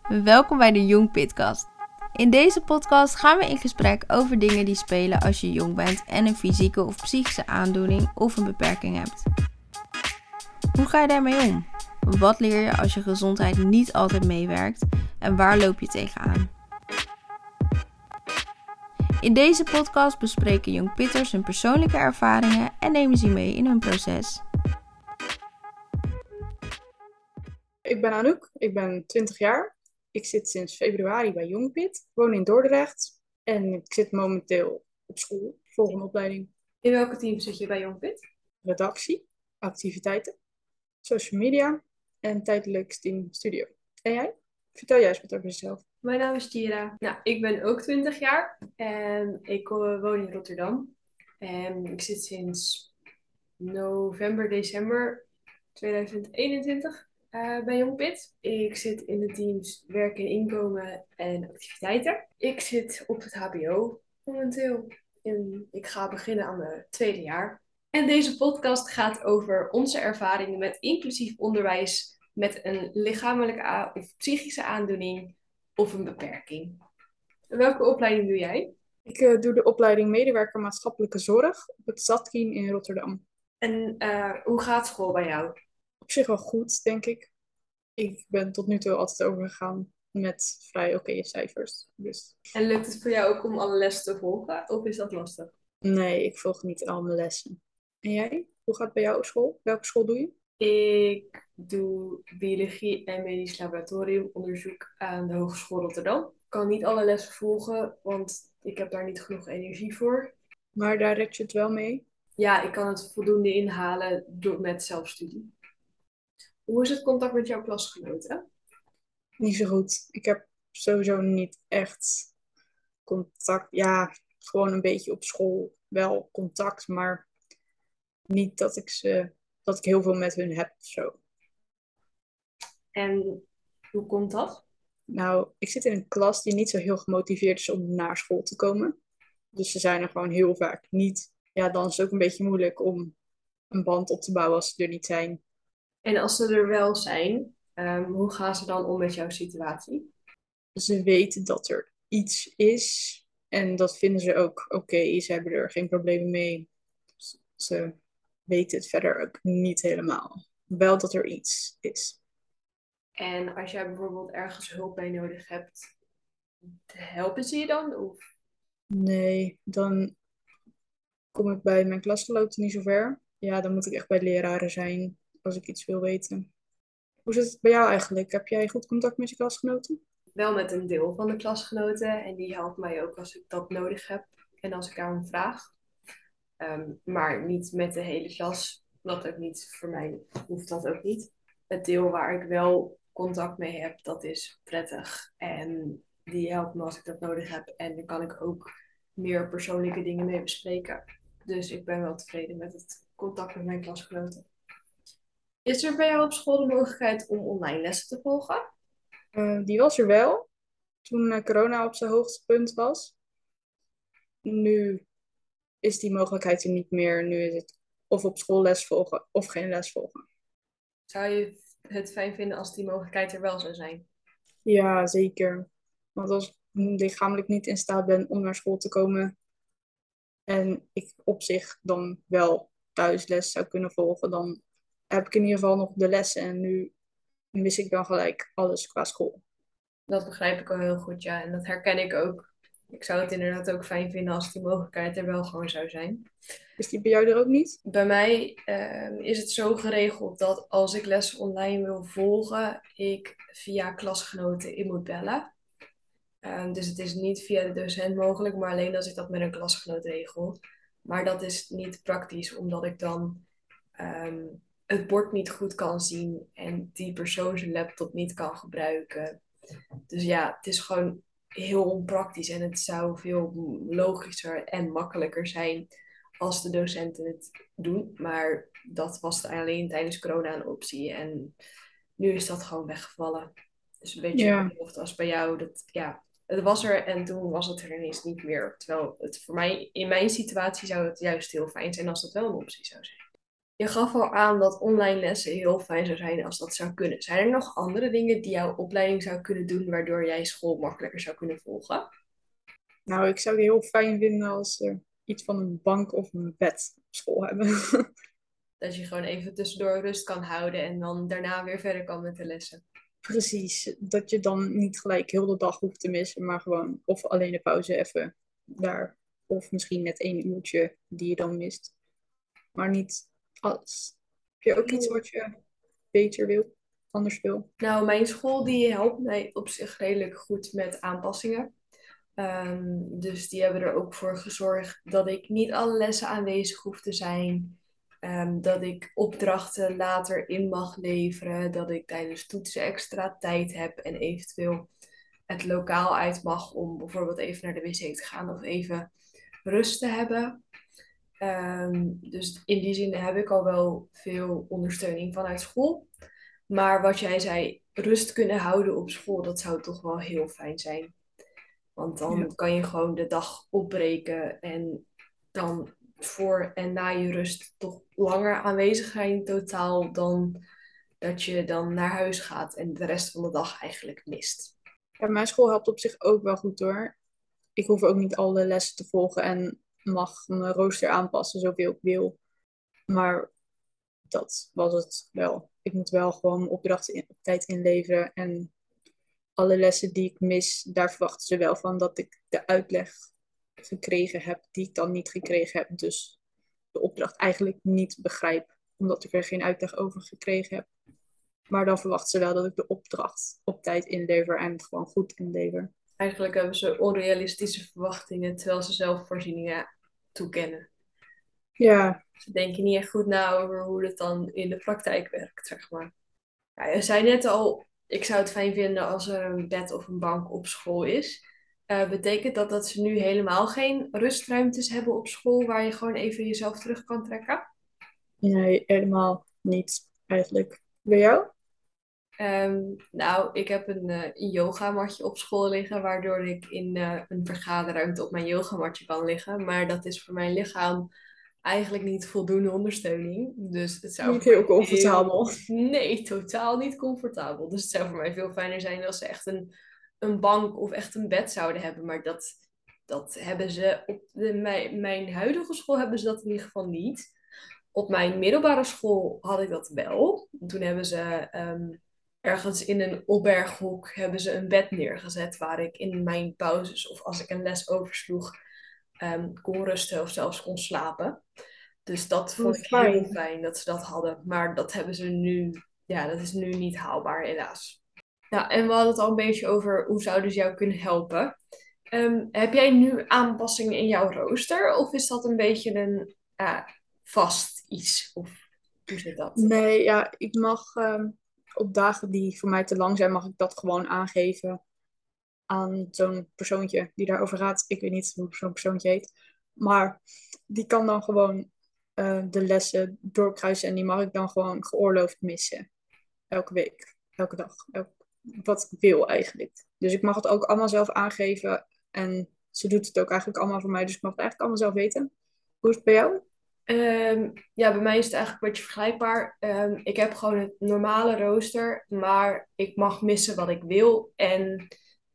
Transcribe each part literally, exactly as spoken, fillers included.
Welkom bij de Jong Pitcast. In deze podcast gaan we in gesprek over dingen die spelen als je jong bent en een fysieke of psychische aandoening of een beperking hebt. Hoe ga je daarmee om? Wat leer je als je gezondheid niet altijd meewerkt en waar loop je tegenaan? In deze podcast bespreken jong pitters hun persoonlijke ervaringen en nemen ze mee in hun proces. Ik ben Anouk, ik ben twintig jaar. Ik zit sinds februari bij Jongpit, ik woon in Dordrecht en ik zit momenteel op school, volg een opleiding. In welke team zit je bij Jongpit? Redactie, activiteiten, social media en tijdelijks team studio. En jij? Vertel jij eens wat over jezelf. Mijn naam is Tira. Nou, ik ben ook twintig jaar en ik uh, woon in Rotterdam. En ik zit sinds november, december tweeduizend eenentwintig uh, bij Jongpit. Ik zit in de teams werk en inkomen en activiteiten. Ik zit op het H B O momenteel en ik ga beginnen aan mijn tweede jaar. En deze podcast gaat over onze ervaringen met inclusief onderwijs met een lichamelijke a- of psychische aandoening of een beperking. Welke opleiding doe jij? Ik uh, doe de opleiding medewerker maatschappelijke zorg op het Zatkien in Rotterdam. En uh, hoe gaat school bij jou? Op zich wel goed, denk ik. Ik ben tot nu toe altijd overgegaan met vrij oké cijfers. Dus En lukt het voor jou ook om alle lessen te volgen of is dat lastig? nee, ik volg niet al mijn lessen. En jij? Hoe gaat het bij jou op school? Welke school doe je? Ik doe biologie en medisch laboratoriumonderzoek aan de Hogeschool Rotterdam. Ik kan niet alle lessen volgen, want ik heb daar niet genoeg energie voor. Maar daar red je het wel mee? Ja, ik kan het voldoende inhalen door, met zelfstudie. Hoe is het contact met jouw klasgenoten? Niet zo goed. Ik heb sowieso niet echt contact. Ja, gewoon een beetje op school wel contact, maar niet dat ik ze, dat ik heel veel met hun heb of zo. En hoe komt dat? Nou, ik zit in een klas die niet zo heel gemotiveerd is om naar school te komen. Dus ze zijn er gewoon heel vaak niet. Ja, dan is het ook een beetje moeilijk om een band op te bouwen als ze er niet zijn. En als ze er wel zijn, um, hoe gaan ze dan om met jouw situatie? Ze weten dat er iets is en dat vinden ze ook oké. Okay. Ze hebben er geen problemen mee. Ze weten het verder ook niet helemaal. Wel dat er iets is. En als jij bijvoorbeeld ergens hulp bij nodig hebt, helpen ze je dan? Of? Nee, dan kom ik bij mijn klasgenoten niet zo ver. Ja, dan moet ik echt bij leraren zijn als ik iets wil weten. Hoe zit het bij jou eigenlijk? Heb jij goed contact met je klasgenoten? Wel met een deel van de klasgenoten en die helpt mij ook als ik dat nodig heb en als ik daarom vraag. Um, maar niet met de hele klas. Dat ook niet. Voor mij hoeft dat ook niet. Het deel waar ik wel contact mee heb, dat is prettig. En die helpt me als ik dat nodig heb. En dan kan ik ook meer persoonlijke dingen mee bespreken. Dus ik ben wel tevreden met het contact met mijn klasgenoten. Is er bij jou op school de mogelijkheid om online lessen te volgen? Uh, die was er wel, toen uh, corona op zijn hoogste punt was. Nu is die mogelijkheid er niet meer. Nu is het of op school les volgen of geen les volgen. Zou je het fijn vinden als die mogelijkheid er wel zou zijn? Ja, zeker. Want als ik lichamelijk niet in staat ben om naar school te komen en ik op zich dan wel thuisles zou kunnen volgen, dan heb ik in ieder geval nog de lessen en nu mis ik dan gelijk alles qua school. Dat begrijp ik al heel goed, ja. En dat herken ik ook. Ik zou het inderdaad ook fijn vinden als die mogelijkheid er wel gewoon zou zijn. Is die bij jou er ook niet? Bij mij uh, is het zo geregeld dat als ik lessen online wil volgen, ik via klasgenoten in moet bellen. Um, dus het is niet via de docent mogelijk, maar alleen als ik dat met een klasgenoot regel. Maar dat is niet praktisch, omdat ik dan um, het bord niet goed kan zien en die persoon zijn laptop niet kan gebruiken. Dus ja, het is gewoon heel onpraktisch en het zou veel logischer en makkelijker zijn als de docenten het doen. Maar dat was alleen tijdens corona een optie en nu is dat gewoon weggevallen. Dus een beetje Ja. hetzelfde als bij jou. Dat, ja, het was er en toen was het er ineens niet meer. Terwijl het voor mij, in mijn situatie zou het juist heel fijn zijn als dat wel een optie zou zijn. Je gaf al aan dat online lessen heel fijn zou zijn als dat zou kunnen. Zijn er nog andere dingen die jouw opleiding zou kunnen doen, waardoor jij school makkelijker zou kunnen volgen? Nou, ik zou het heel fijn vinden als er iets van een bank of een bed op school hebben. Dat je gewoon even tussendoor rust kan houden en dan daarna weer verder kan met de lessen. Precies, dat je dan niet gelijk heel de dag hoeft te missen, maar gewoon of alleen de pauze even daar. Of misschien net één uurtje die je dan mist. Maar niet alles. Heb je ook iets wat je beter wil, anders wil? Nou, mijn school die helpt mij op zich redelijk goed met aanpassingen. Ehm, dus die hebben er ook voor gezorgd dat ik niet alle lessen aanwezig hoef te zijn. Ehm, dat ik opdrachten later in mag leveren. Dat ik tijdens toetsen extra tijd heb en eventueel het lokaal uit mag om bijvoorbeeld even naar de wc te gaan of even rust te hebben. Ehm, dus in die zin heb ik al wel veel ondersteuning vanuit school. Maar wat jij zei, rust kunnen houden op school, dat zou toch wel heel fijn zijn. Want Ja. dan kan je gewoon de dag opbreken en dan voor en na je rust toch langer aanwezig zijn totaal dan dat je dan naar huis gaat en de rest van de dag eigenlijk mist. Ja, mijn school helpt op zich ook wel goed hoor. Ik hoef ook niet alle lessen te volgen en mag mijn rooster aanpassen zoveel ik wil. Maar dat was het wel. Ik moet wel gewoon mijn opdrachten in, op tijd inleveren. En alle lessen die ik mis, daar verwachten ze wel van dat ik de uitleg gekregen heb die ik dan niet gekregen heb. Dus de opdracht eigenlijk niet begrijp, omdat ik er geen uitleg over gekregen heb. Maar dan verwachten ze wel dat ik de opdracht op tijd inlever en het gewoon goed inlever. Eigenlijk hebben ze onrealistische verwachtingen terwijl ze zelf voorzieningen toekennen. Ja, Ze denken niet echt goed na over hoe het dan in de praktijk werkt, zeg maar. Ja, je zei net al, ik zou het fijn vinden als er een bed of een bank op school is. Eh, betekent dat dat ze nu helemaal geen rustruimtes hebben op school waar je gewoon even jezelf terug kan trekken? nee, helemaal niet eigenlijk. Bij jou? Ehm, nou, ik heb een, eh, een yogamatje op school liggen, waardoor ik in eh, een vergaderruimte op mijn yogamatje kan liggen. Maar dat is voor mijn lichaam eigenlijk niet voldoende ondersteuning. Dus het zou Niet voor heel mij heel... comfortabel. Nee, totaal niet comfortabel. Dus het zou voor mij veel fijner zijn als ze echt een, een bank of echt een bed zouden hebben. Maar dat, dat hebben ze op de, mijn, mijn huidige school hebben ze dat in ieder geval niet. Op mijn middelbare school had ik dat wel. Toen hebben ze ehm, ergens in een opberghok hebben ze een bed neergezet waar ik in mijn pauzes of als ik een les oversloeg ehm, kon rusten of zelfs kon slapen. Dus dat Oh, vond ik heel fijn. fijn dat ze dat hadden. Maar dat hebben ze nu, ja, dat is nu niet haalbaar, helaas. Ja, en we hadden het al een beetje over hoe zouden ze jou kunnen helpen. Ehm, heb jij nu aanpassingen in jouw rooster? Of is dat een beetje een ja, vast iets? Of hoe zit dat? Nee, ja, ik mag ehm, op dagen die voor mij te lang zijn, mag ik dat gewoon aangeven aan zo'n persoontje die daarover gaat. Ik weet niet hoe zo'n persoontje heet. Maar die kan dan gewoon eh, de lessen doorkruisen en die mag ik dan gewoon geoorloofd missen. Elke week, elke dag, elk, wat ik wil eigenlijk. Dus ik mag het ook allemaal zelf aangeven en ze doet het ook eigenlijk allemaal voor mij, dus ik mag het eigenlijk allemaal zelf weten. Hoe is het bij jou? Ehm, ja, bij mij is het eigenlijk een beetje vergelijkbaar. Ehm, ik heb gewoon het normale rooster, maar ik mag missen wat ik wil. En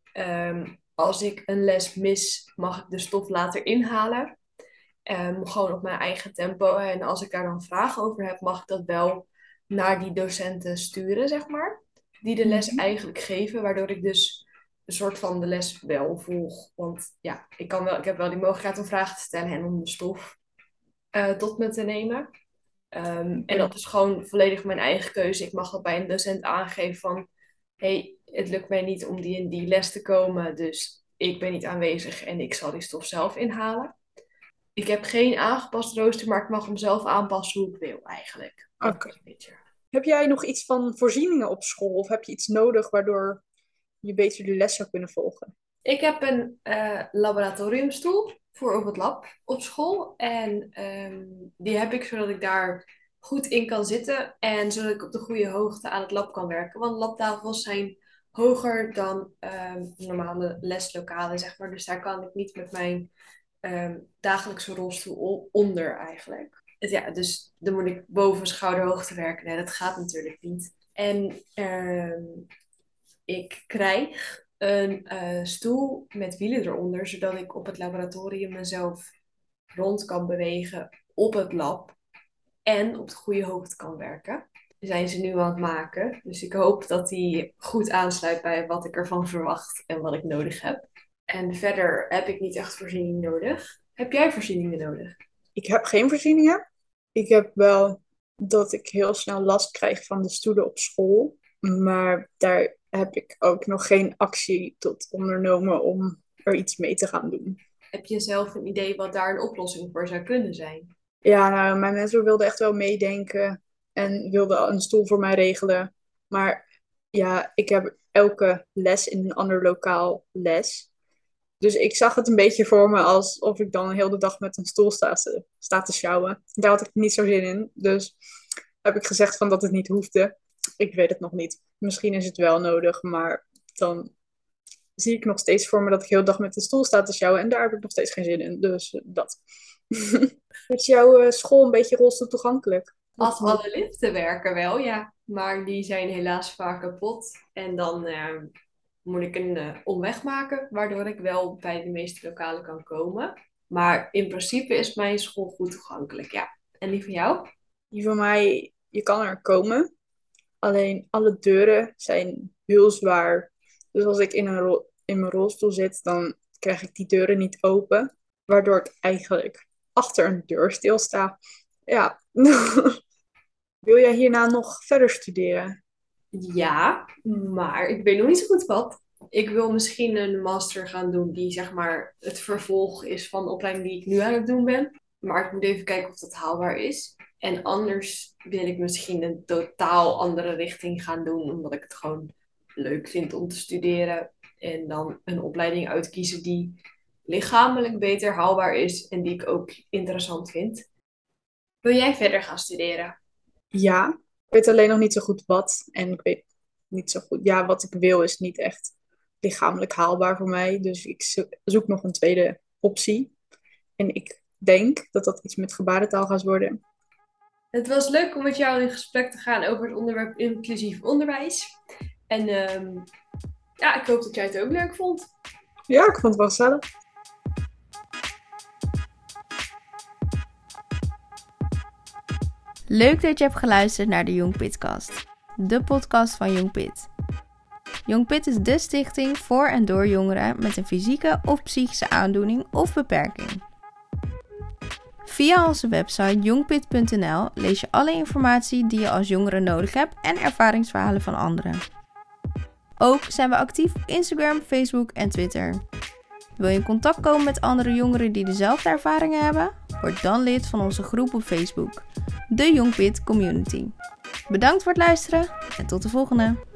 ehm, als ik een les mis, mag ik de stof later inhalen. Ehm, gewoon op mijn eigen tempo. En als ik daar dan vragen over heb, mag ik dat wel naar die docenten sturen, zeg maar. Die de les Mhm. eigenlijk geven, waardoor ik dus een soort van de les wel volg. Want ja, ik, kan wel, ik heb wel die mogelijkheid om vragen te stellen en om de stof eh, tot me te nemen. Ehm, en Oké. dat is gewoon volledig mijn eigen keuze. Ik mag dat bij een docent aangeven van... hey, het lukt mij niet om die in die les te komen, dus ik ben niet aanwezig en ik zal die stof zelf inhalen. Ik heb geen aangepast rooster, maar ik mag hem zelf aanpassen hoe ik wil eigenlijk. Dat Oké. is een beetje... Heb jij nog iets van voorzieningen op school of heb je iets nodig waardoor je beter de les zou kunnen volgen? Ik heb een eh, laboratoriumstoel voor op het lab op school. En ehm, die heb ik zodat ik daar goed in kan zitten. En zodat ik op de goede hoogte aan het lab kan werken. Want labtafels zijn hoger dan ehm, normale leslokalen, zeg maar. Dus daar kan ik niet met mijn ehm, dagelijkse rolstoel o- onder eigenlijk. het- ja, dus dan moet ik boven schouderhoogte werken. Nee, dat gaat natuurlijk niet. En ehm, ik krijg een eh, stoel met wielen eronder, zodat ik op het laboratorium mezelf rond kan bewegen op het lab en op de goede hoogte kan werken. Zijn ze nu aan het maken. Dus ik hoop dat die goed aansluit bij wat ik ervan verwacht en wat ik nodig heb. En verder heb ik niet echt voorziening nodig. Heb jij voorzieningen nodig? Ik heb geen voorzieningen. Ik heb wel dat ik heel snel last krijg van de stoelen op school. Maar daar heb ik ook nog geen actie tot ondernomen om er iets mee te gaan doen. Heb je zelf een idee wat daar een oplossing voor zou kunnen zijn? Ja, nou, mijn mentor wilde echt wel meedenken en wilde een stoel voor mij regelen. Maar ja, ik heb elke les in een ander lokaal les. Dus ik zag het een beetje voor me alsof ik dan heel de dag met een stoel sta te, sta te sjouwen. Daar had ik niet zo zin in. Dus heb ik gezegd van dat het niet hoefde. Ik weet het nog niet. Misschien is het wel nodig, maar dan zie ik nog steeds voor me dat ik heel de dag met een stoel sta te sjouwen. En daar heb ik nog steeds geen zin in. Dus uh, dat. Is jouw uh, school een beetje rolstoel toegankelijk? Als alle liften werken wel, ja. Maar die zijn helaas vaak kapot. En dan eh, moet ik een uh, omweg maken, waardoor ik wel bij de meeste lokalen kan komen. Maar in principe is mijn school goed toegankelijk, ja. En die van jou? Die van mij, je kan er komen. Alleen alle deuren zijn heel zwaar. Dus als ik in, een ro- in mijn rolstoel zit, dan krijg ik die deuren niet open. Waardoor ik eigenlijk achter een deur stilsta. Ja. Wil jij hierna nog verder studeren? Ja, maar ik weet nog niet zo goed wat. Ik wil misschien een master gaan doen die zeg maar het vervolg is van de opleiding die ik nu aan het doen ben. Maar ik moet even kijken of dat haalbaar is. En anders wil ik misschien een totaal andere richting gaan doen, omdat ik het gewoon leuk vind om te studeren. En dan een opleiding uitkiezen die lichamelijk beter haalbaar is en die ik ook interessant vind. Wil jij verder gaan studeren? Ja, ik weet alleen nog niet zo goed wat. En ik weet niet zo goed. Ja, wat ik wil is niet echt lichamelijk haalbaar voor mij. Dus ik zo- zoek nog een tweede optie. En ik denk dat dat iets met gebarentaal gaat worden. Het was leuk om met jou in gesprek te gaan over het onderwerp inclusief onderwijs. En ehm, ja, ik hoop dat jij het ook leuk vond. Ja, ik vond het wel gezellig. Leuk dat je hebt geluisterd naar de Young Pitcast, de podcast van Young Pit. Young Pit is de stichting voor en door jongeren met een fysieke of psychische aandoening of beperking. Via onze website youngpit punt n l lees je alle informatie die je als jongere nodig hebt en ervaringsverhalen van anderen. Ook zijn we actief op Instagram, Facebook en Twitter. Wil je in contact komen met andere jongeren die dezelfde ervaringen hebben? Word dan lid van onze groep op Facebook, de Young Pit Community. Bedankt voor het luisteren en tot de volgende!